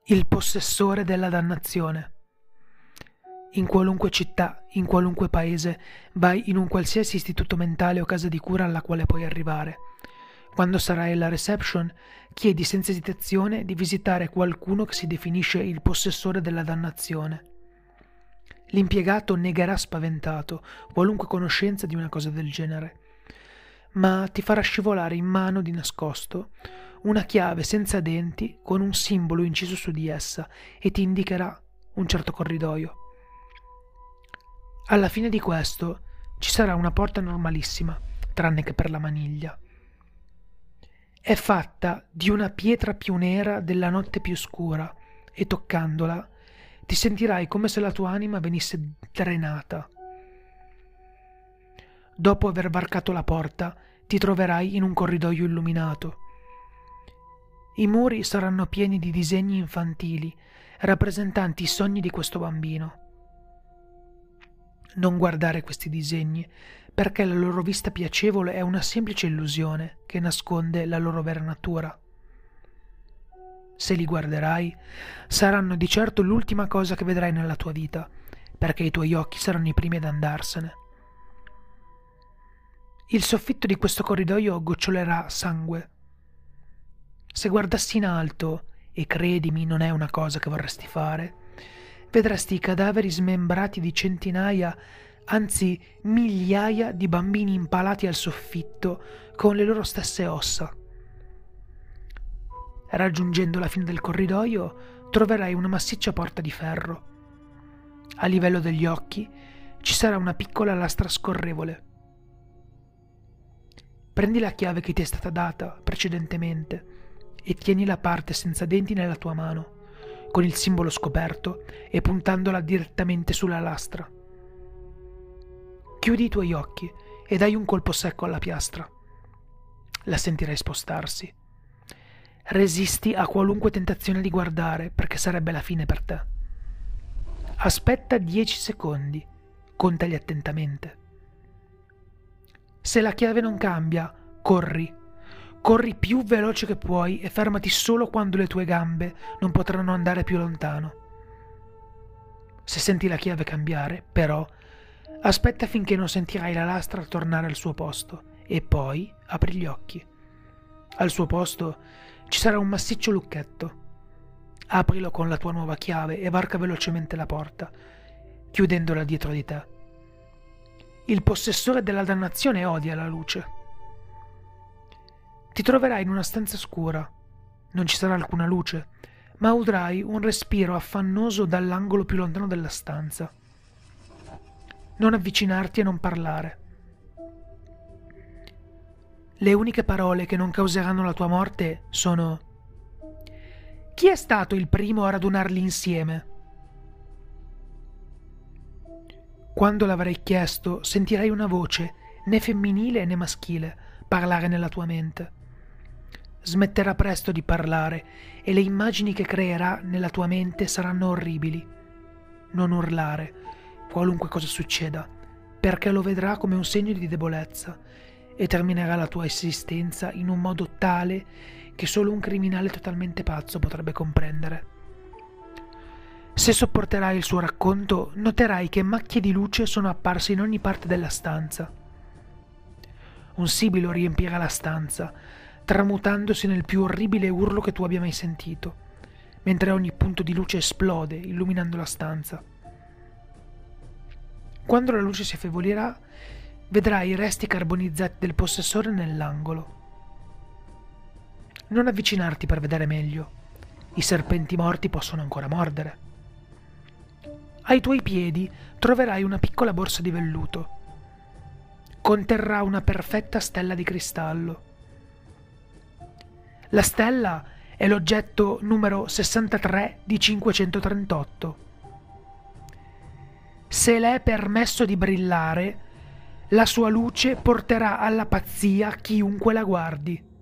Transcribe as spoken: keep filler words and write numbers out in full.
Il possessore della dannazione. In qualunque città, in qualunque paese, vai in un qualsiasi istituto mentale o casa di cura alla quale puoi arrivare. Quando sarai alla reception, chiedi senza esitazione di visitare qualcuno che si definisce il possessore della dannazione. L'impiegato negherà spaventato qualunque conoscenza di una cosa del genere, ma ti farà scivolare in mano di nascosto una chiave senza denti con un simbolo inciso su di essa e ti indicherà un certo corridoio. Alla fine di questo ci sarà una porta normalissima, tranne che per la maniglia. È fatta di una pietra più nera della notte più scura e toccandola ti sentirai come se la tua anima venisse drenata. Dopo aver varcato la porta ti troverai in un corridoio illuminato. I muri saranno pieni di disegni infantili, rappresentanti i sogni di questo bambino. Non guardare questi disegni, perché la loro vista piacevole è una semplice illusione che nasconde la loro vera natura. Se li guarderai, saranno di certo l'ultima cosa che vedrai nella tua vita, perché i tuoi occhi saranno i primi ad andarsene. Il soffitto di questo corridoio gocciolerà sangue. Se guardassi in alto, e credimi non è una cosa che vorresti fare, vedresti i cadaveri smembrati di centinaia, anzi migliaia di bambini impalati al soffitto con le loro stesse ossa. Raggiungendo la fine del corridoio, troverai una massiccia porta di ferro. A livello degli occhi ci sarà una piccola lastra scorrevole. Prendi la chiave che ti è stata data precedentemente e tieni la parte senza denti nella tua mano, con il simbolo scoperto e puntandola direttamente sulla lastra. Chiudi i tuoi occhi e dai un colpo secco alla piastra. La sentirai spostarsi. Resisti a qualunque tentazione di guardare, perché sarebbe la fine per te. Aspetta dieci secondi, contali attentamente. Se la chiave non cambia, corri. Corri più veloce che puoi e fermati solo quando le tue gambe non potranno andare più lontano. Se senti la chiave cambiare, però, aspetta finché non sentirai la lastra tornare al suo posto e poi apri gli occhi. Al suo posto ci sarà un massiccio lucchetto. Aprilo con la tua nuova chiave e varca velocemente la porta, chiudendola dietro di te. Il possessore della dannazione odia la luce. Ti troverai in una stanza scura. Non ci sarà alcuna luce, ma udrai un respiro affannoso dall'angolo più lontano della stanza. Non avvicinarti e non parlare. Le uniche parole che non causeranno la tua morte sono: chi è stato il primo a radunarli insieme? Quando l'avrai chiesto, sentirai una voce, né femminile né maschile, parlare nella tua mente. Smetterà presto di parlare e le immagini che creerà nella tua mente saranno orribili. Non urlare, qualunque cosa succeda, perché lo vedrà come un segno di debolezza e terminerà la tua esistenza in un modo tale che solo un criminale totalmente pazzo potrebbe comprendere. Se sopporterai il suo racconto, noterai che macchie di luce sono apparse in ogni parte della stanza. Un sibilo riempirà la stanza, tramutandosi nel più orribile urlo che tu abbia mai sentito, mentre ogni punto di luce esplode, illuminando la stanza. Quando la luce si affievolirà, vedrai i resti carbonizzati del possessore nell'angolo. Non avvicinarti per vedere meglio. I serpenti morti possono ancora mordere. Ai tuoi piedi troverai una piccola borsa di velluto. Conterrà una perfetta stella di cristallo. La stella è l'oggetto numero sessantatré di cinquecentotrentotto. Se le è permesso di brillare, la sua luce porterà alla pazzia chiunque la guardi.